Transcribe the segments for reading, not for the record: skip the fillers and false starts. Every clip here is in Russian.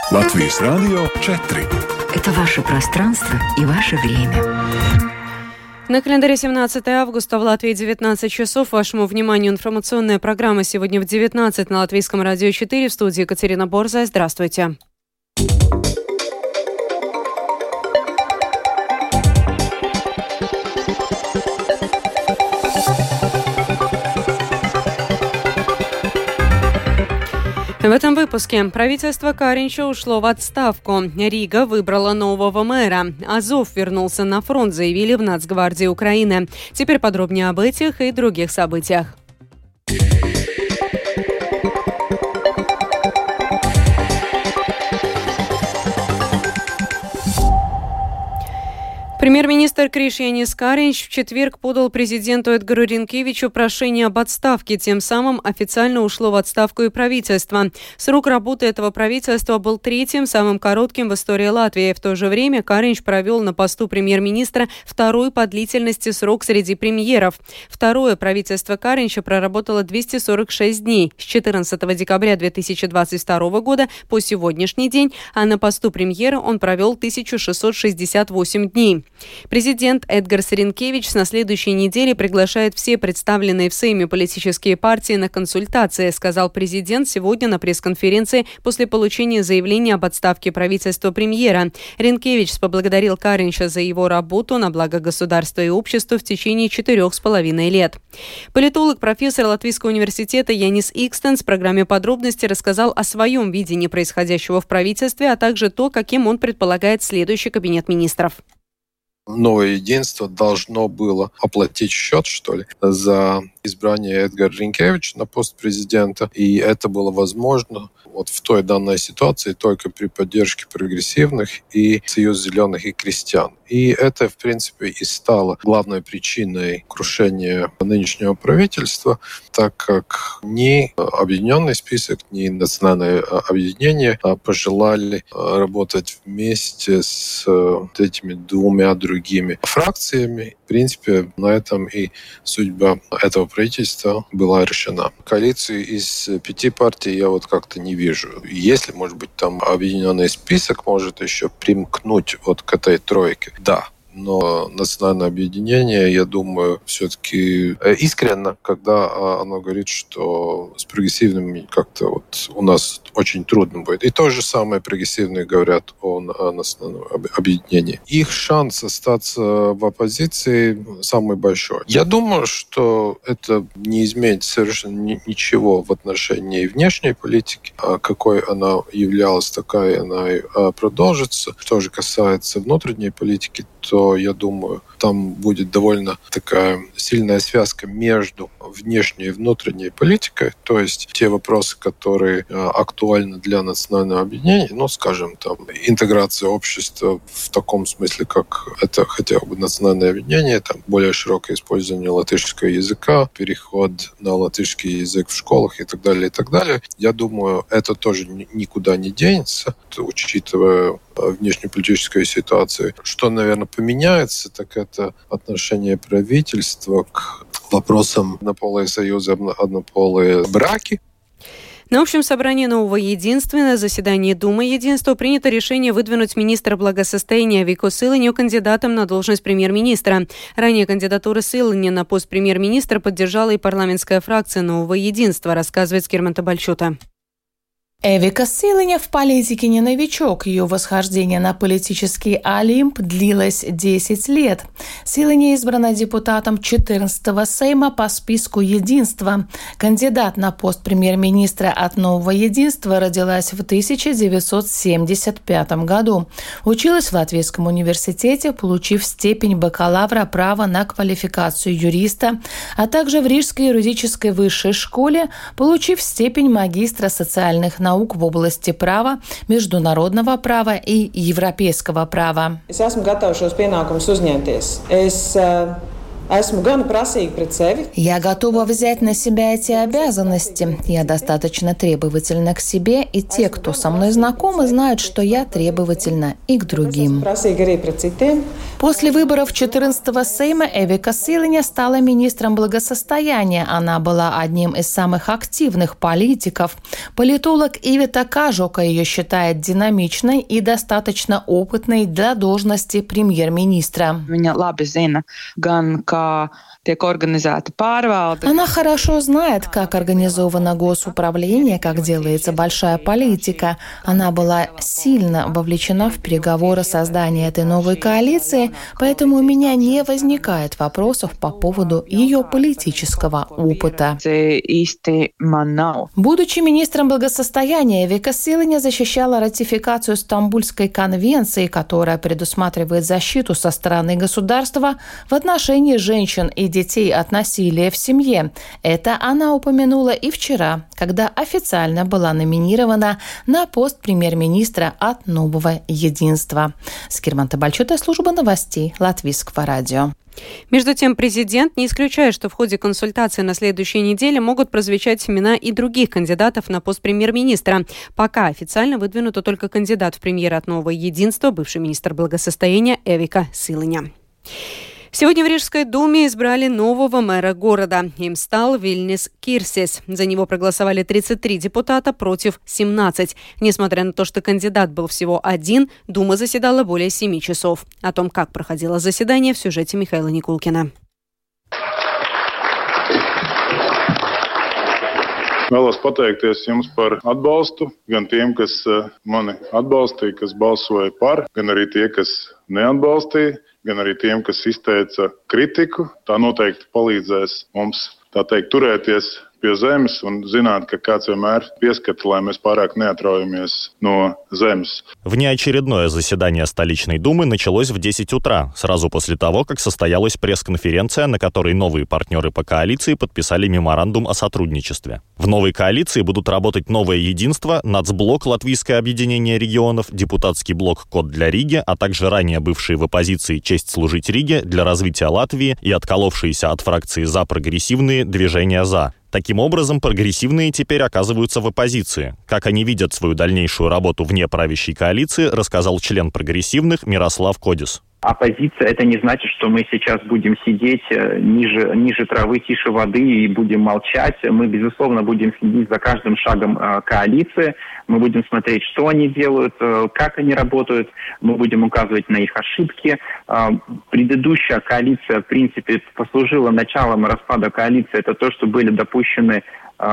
Латвийс радио 4. Это ваше пространство и ваше время. На календаре 17 августа, в Латвии 19 часов. Вашему вниманию информационная программа сегодня в 19 на Латвийском радио 4. В студии Екатерина Борзая. Здравствуйте. В этом выпуске правительство Каринча ушло в отставку. Рига выбрала нового мэра. Азов вернулся на фронт, заявили в Нацгвардии Украины. Теперь подробнее об этих и других событиях. Премьер-министр Кришьянис Каринч в четверг подал президенту Эдгару Ринкевичу прошение об отставке. Тем самым официально ушло в отставку и правительство. Срок работы этого правительства был третьим, самым коротким в истории Латвии. В то же время Каринч провел на посту премьер-министра второй по длительности срок среди премьеров. Второе правительство Каринча проработало 246 дней с 14 декабря 2022 года по сегодняшний день, а на посту премьера он провел 1668 дней. Президент Эдгарс Ринкевич на следующей неделе приглашает все представленные в Сейме политические партии на консультации, сказал президент сегодня на пресс-конференции после получения заявления об отставке правительства премьера. Ринкевич поблагодарил Каринча за его работу на благо государства и общества в течение 4,5 лет. Политолог, профессор Латвийского университета Янис Икстенс в программе «Подробности» рассказал о своем видении происходящего в правительстве, а также то, каким он предполагает следующий кабинет министров. Новое единство должно было оплатить счет, что ли, за избрание Эдгара Ринкевича на пост президента. И это было возможно вот в той данной ситуации только при поддержке прогрессивных и Союз зеленых и крестьян. И это, в принципе, и стало главной причиной крушения нынешнего правительства, так как ни объединенный список, ни национальное объединение пожелали работать вместе с этими двумя другими фракциями. В принципе, на этом и судьба этого правительства была решена. Коалицию из 5 партий я вот как-то не вижу. Если, может быть, там объединенный список может еще примкнуть вот к этой тройке, да. Но национальное объединение, я думаю, все-таки искренне, когда оно говорит, что с прогрессивными как-то вот у нас очень трудно будет. И то же самое прогрессивные говорят о национальном объединении. Их шанс остаться в оппозиции самый большой. Я думаю, что это не изменит совершенно ничего в отношении внешней политики. Какой она являлась, такая она и продолжится. Что же касается внутренней политики, то, я думаю, там будет довольно такая сильная связка между внешней и внутренней политикой, то есть те вопросы, которые актуальны для национального объединения, ну, скажем, там, интеграция общества в таком смысле, как это хотя бы национальное объединение, там, более широкое использование латышского языка, переход на латышский язык в школах и так далее, и так далее. Я думаю, это тоже никуда не денется, учитывая внешнеполитическую ситуацию. Что, наверное, поменяется, так это отношение правительства к вопросам однополые союзы, однополые браки. На общем собрании Нового единства на заседании Думы единства принято решение выдвинуть министра благосостояния Вику Силаню кандидатом на должность премьер-министра. Ранее кандидатуру Силаня на пост премьер-министра поддержала и парламентская фракция Нового единства, рассказывает Скирманта Бальчута. Эвика Силаня в политике не новичок. Ее восхождение на политический Олимп длилось 10 лет. Силаня избрана депутатом 14-го Сейма по списку Единства. Кандидат на пост премьер-министра от Нового Единства родилась в 1975 году. Училась в Латвийском университете, получив степень бакалавра права на квалификацию юриста, а также в Рижской юридической высшей школе, получив степень магистра социальных наук в области права, международного права и европейского права. Я готова взять на себя эти обязанности. Я достаточно требовательна к себе, и те, кто со мной знакомы, знают, что я требовательна и к другим. После выборов 14-го Сейма Эвика Силиня стала министром благосостояния. Она была одним из самых активных политиков. Политолог Ивета Кажока ее считает динамичной и достаточно опытной для должности премьер-министра. Она хорошо знает, как организовано госуправление, как делается большая политика. Она была сильно вовлечена в переговоры создания этой новой коалиции, поэтому у меня не возникает вопросов по поводу ее политического опыта. Будучи министром благосостояния, Эвика Силиня защищала ратификацию Стамбульской конвенции, которая предусматривает защиту со стороны государства в отношении женщин и детей от насилия в семье. Это она упомянула и вчера, когда официально была номинирована на пост премьер-министра от Нового единства. Скирман Табальчута, служба новостей Латвийского радио. Между тем, президент не исключает, что в ходе консультации на следующей неделе могут прозвучать имена и других кандидатов на пост премьер-министра. Пока официально выдвинута только кандидат в премьеры от Нового единства, бывший министр благосостояния Эвика Силиня. Сегодня в Рижской думе избрали нового мэра города. Им стал Вильнис Кирсис. За него проголосовали 33 депутата против 17. Несмотря на то, что кандидат был всего один, дума заседала более 7 часов. О том, как проходило заседание, в сюжете Михаила Никулкина. Vēlos pateikties jums par atbalstu, gan tiem, kas mani atbalstīja, kas balsoja par, gan arī tie, kas neatbalstīja, gan arī tiem, kas izteica kritiku. Tā noteikti palīdzēs mums, tā teikt, turēties pie zemes un zināt, ka kāds vienmēr pieskata, lai mēs pārāk neatraujamies no zemes. Внеочередное заседание столичной думы началось в 10 утра, сразу после того, как состоялась пресс-конференция, на которой новые партнеры по коалиции подписали меморандум о сотрудничестве. В новой коалиции будут работать Новое единство, Нацблок Латвийское объединение регионов, депутатский блок Код для Риги, а также ранее бывшие в оппозиции Честь служить Риге для развития Латвии и отколовшиеся от фракции «За» прогрессивные движения «За». Таким образом, прогрессивные теперь оказываются в оппозиции. Как они видят свою дальнейшую работу вне правящей коалиции, рассказал член прогрессивных Мирослав Кодис. Оппозиция — это не значит, что мы сейчас будем сидеть ниже травы, тише воды и будем молчать. Мы, безусловно, будем следить за каждым шагом коалиции. Мы будем смотреть, что они делают, как они работают. Мы будем указывать на их ошибки. Предыдущая коалиция, в принципе, послужила началом распада коалиции. Это то, что были допущены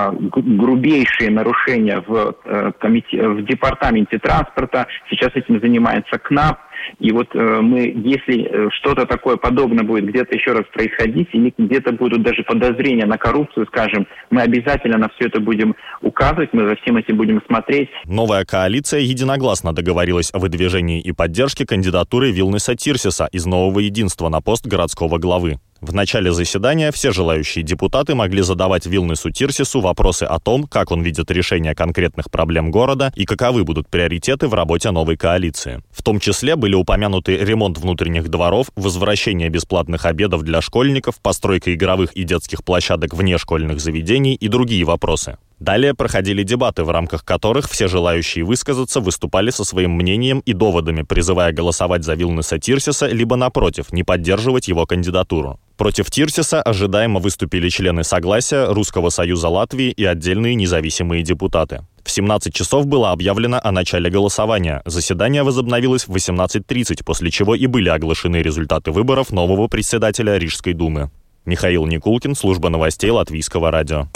грубейшие нарушения в департаменте транспорта. Сейчас этим занимается КНАП. И вот мы, если что-то такое подобное будет где-то еще раз происходить, или где-то будут даже подозрения на коррупцию, скажем, мы обязательно на все это будем указывать, мы за всем этим будем смотреть. Новая коалиция единогласно договорилась о выдвижении и поддержке кандидатуры Вильниса Кирсиса из Нового единства на пост городского главы. В начале заседания все желающие депутаты могли задавать Вильнису Кирсису вопросы о том, как он видит решение конкретных проблем города и каковы будут приоритеты в работе новой коалиции. В том числе были упомянуты ремонт внутренних дворов, возвращение бесплатных обедов для школьников, постройка игровых и детских площадок вне школьных заведений и другие вопросы. Далее проходили дебаты, в рамках которых все желающие высказаться выступали со своим мнением и доводами, призывая голосовать за Вильниса Кирсиса, либо, напротив, не поддерживать его кандидатуру. Против Кирсиса ожидаемо выступили члены Согласия, Русского союза Латвии и отдельные независимые депутаты. В 17 часов было объявлено о начале голосования. Заседание возобновилось в 18:30, после чего и были оглашены результаты выборов нового председателя Рижской думы. Михаил Никулкин, служба новостей Латвийского радио.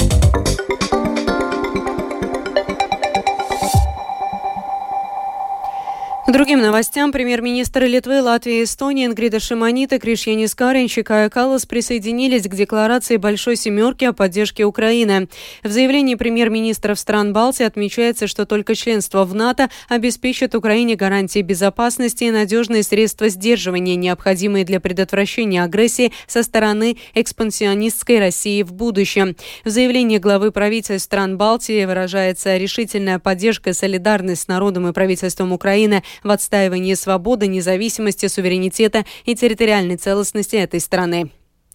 К другим новостям премьер-министры Литвы, Латвии и Эстонии Ингрида Шимонита, Кришьянис Каринч и Кая Каллас присоединились к декларации Большой Семерки о поддержке Украины. В заявлении премьер-министров стран Балтии отмечается, что только членство в НАТО обеспечит Украине гарантии безопасности и надежные средства сдерживания, необходимые для предотвращения агрессии со стороны экспансионистской России в будущем. В заявлении главы правительств стран Балтии выражается решительная поддержка и солидарность с народом и правительством Украины в отстаивании свободы, независимости, суверенитета и территориальной целостности этой страны.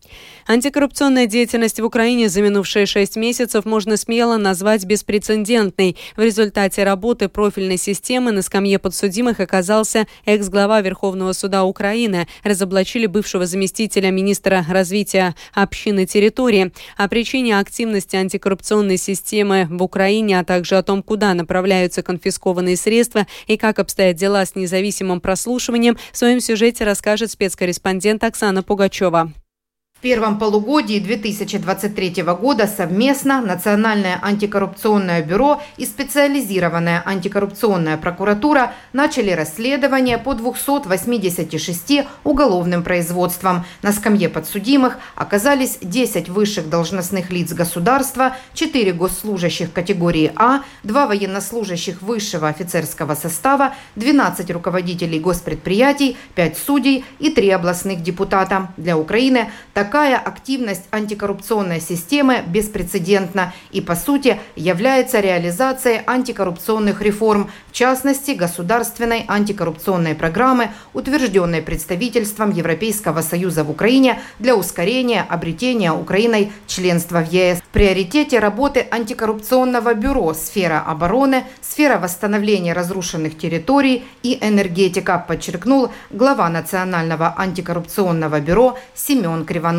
Антикоррупционная деятельность в Украине за минувшие 6 месяцев можно смело назвать беспрецедентной. В результате работы профильной системы на скамье подсудимых оказался экс-глава Верховного суда Украины. Разоблачили бывшего заместителя министра развития общин и территории. О причине активности антикоррупционной системы в Украине, а также о том, куда направляются конфискованные средства и как обстоят дела с независимым прослушиванием, в своем сюжете расскажет спецкорреспондент Оксана Пугачева. В первом полугодии 2023 года совместно Национальное антикоррупционное бюро и специализированная антикоррупционная прокуратура начали расследование по 286 уголовным производствам. На скамье подсудимых оказались 10 высших должностных лиц государства, 4 госслужащих категории А, 2 военнослужащих высшего офицерского состава, 12 руководителей госпредприятий, 5 судей и 3 областных депутата. Для Украины такая активность антикоррупционной системы беспрецедентна и, по сути, является реализацией антикоррупционных реформ, в частности, государственной антикоррупционной программы, утвержденной представительством Европейского Союза в Украине для ускорения обретения Украиной членства в ЕС. В приоритете работы антикоррупционного бюро сфера обороны, сфера восстановления разрушенных территорий и энергетика, подчеркнул глава Национального антикоррупционного бюро Семен Кривонос.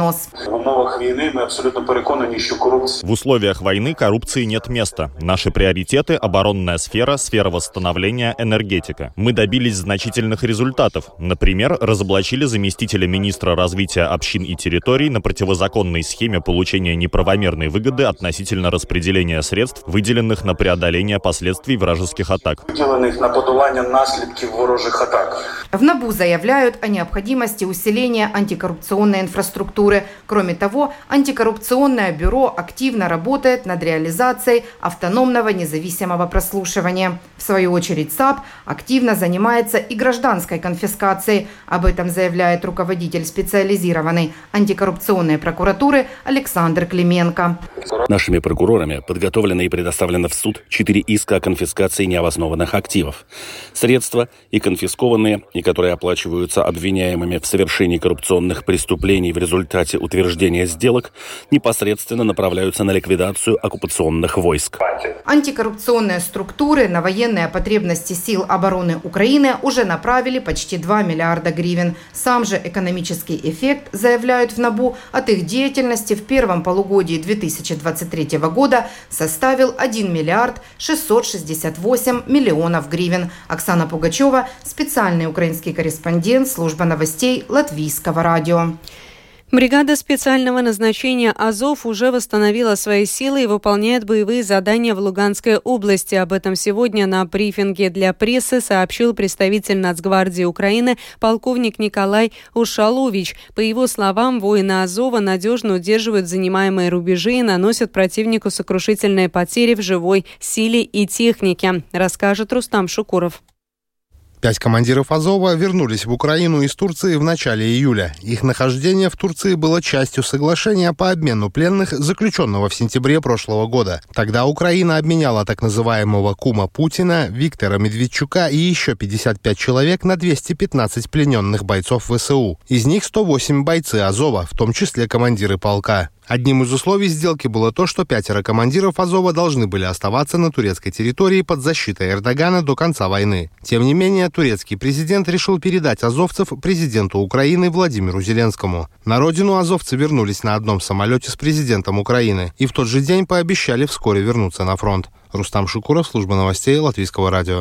В условиях войны коррупции нет места. Наши приоритеты – оборонная сфера, сфера восстановления, энергетика. Мы добились значительных результатов. Например, разоблачили заместителя министра развития общин и территорий на противозаконной схеме получения неправомерной выгоды относительно распределения средств, выделенных на преодоление последствий вражеских атак. В НАБУ заявляют о необходимости усиления антикоррупционной инфраструктуры. Кроме того, антикоррупционное бюро активно работает над реализацией автономного независимого прослушивания. В свою очередь САП активно занимается и гражданской конфискацией. Об этом заявляет руководитель специализированной антикоррупционной прокуратуры Александр Клименко. Нашими прокурорами подготовлено и предоставлено в суд 4 иска о конфискации необоснованных активов. Средства и конфискованные, и которые оплачиваются обвиняемыми в совершении коррупционных преступлений в результате утверждения сделок, непосредственно направляются на ликвидацию оккупационных войск. Антикоррупционные структуры на военные потребности сил обороны Украины уже направили почти 2 миллиарда гривен. Сам же экономический эффект, заявляют в НАБУ, от их деятельности в первом полугодии 2023 года составил 1 миллиард 668 миллионов гривен. Оксана Пугачева, специальный украинский корреспондент, служба новостей Латвийского радио. Бригада специального назначения «Азов» уже восстановила свои силы и выполняет боевые задания в Луганской области. Об этом сегодня на брифинге для прессы сообщил представитель Нацгвардии Украины полковник Николай Ушалович. По его словам, воины «Азова» надежно удерживают занимаемые рубежи и наносят противнику сокрушительные потери в живой силе и технике, расскажет Рустам Шукуров. 5 командиров «Азова» вернулись в Украину из Турции в начале июля. Их нахождение в Турции было частью соглашения по обмену пленных, заключенного в сентябре прошлого года. Тогда Украина обменяла так называемого кума Путина, Виктора Медведчука и еще 55 человек на 215 плененных бойцов ВСУ. Из них 108 бойцы «Азова», в том числе командиры полка. Одним из условий сделки было то, что 5 командиров «Азова» должны были оставаться на турецкой территории под защитой Эрдогана до конца войны. Тем не менее, турецкий президент решил передать азовцев президенту Украины Владимиру Зеленскому. На родину азовцы вернулись на одном самолете с президентом Украины и в тот же день пообещали вскоре вернуться на фронт. Рустам Шукуров, служба новостей Латвийского радио.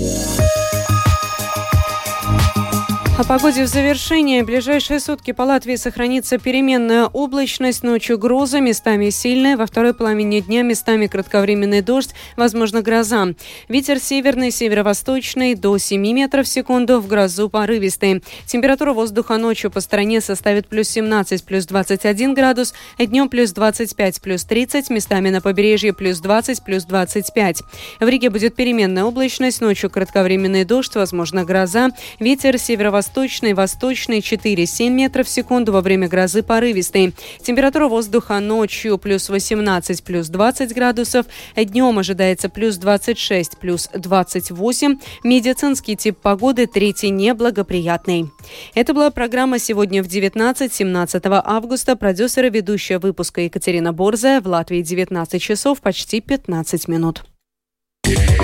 О погоде в завершение. В ближайшие сутки по Латвии сохранится переменная облачность, ночью гроза, местами сильная, во второй половине дня местами кратковременный дождь, возможно гроза. Ветер северный, северо-восточный до 7 метров в секунду, в грозу порывистый. Температура воздуха ночью по стране составит плюс 17, плюс 21 градус, днем плюс 25, плюс 30, местами на побережье плюс 20, плюс 25. В Риге будет переменная облачность, ночью кратковременный дождь, возможно гроза, ветер северо-восточный восточный, восточный 4-7 метров в секунду, во время грозы порывистый. Температура воздуха ночью плюс 18, плюс 20 градусов, днем ожидается плюс 26, плюс 28. Медицинский тип погоды третий неблагоприятный. Это была программа «Сегодня в 19-17 августа». Продюсер и ведущая выпуска Екатерина Борзая. В Латвии 19 часов почти 15 минут.